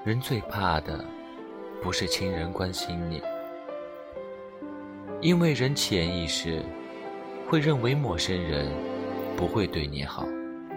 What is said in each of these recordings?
人最怕的不是亲人关心你，因为人潜意识会认为陌生人不会对你好。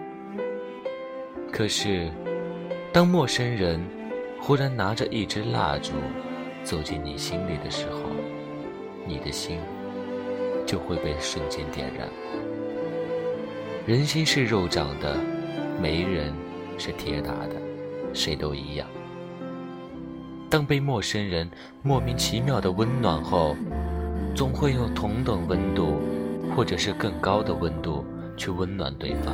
可是当陌生人忽然拿着一支蜡烛走进你心里的时候，你的心就会被瞬间点燃。人心是肉长的，没人是铁打的，谁都一样。当被陌生人莫名其妙的温暖后，总会用同等温度或者是更高的温度去温暖对方。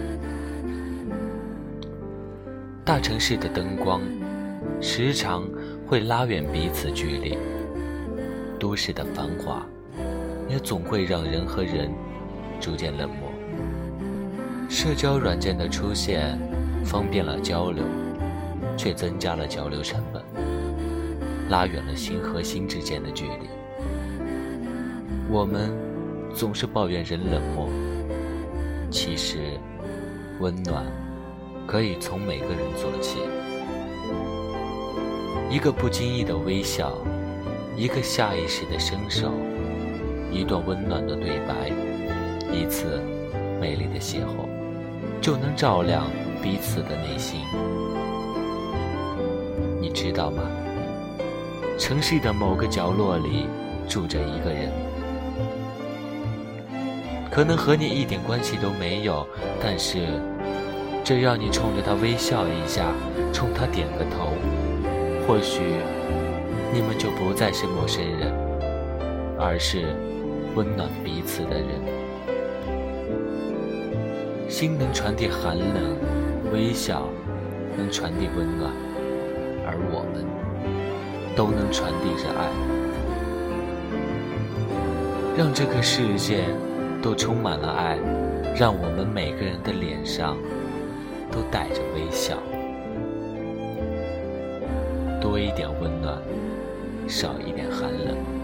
大城市的灯光时常会拉远彼此距离，都市的繁华也总会让人和人逐渐冷漠。社交软件的出现方便了交流，却增加了交流成本，拉远了心和心之间的距离。我们总是抱怨人冷漠，其实温暖可以从每个人做起。一个不经意的微笑，一个下意识的伸手，一段温暖的对白，一次美丽的邂逅，就能照亮彼此的内心。你知道吗？城市的某个角落里住着一个人，可能和你一点关系都没有，但是只要你冲着他微笑一下，冲他点个头，或许你们就不再是陌生人，而是温暖彼此的人。心能传递寒冷，微笑能传递温暖，而我们都能传递着爱，让这个世界都充满了爱，让我们每个人的脸上都带着微笑。多一点温暖，少一点寒冷。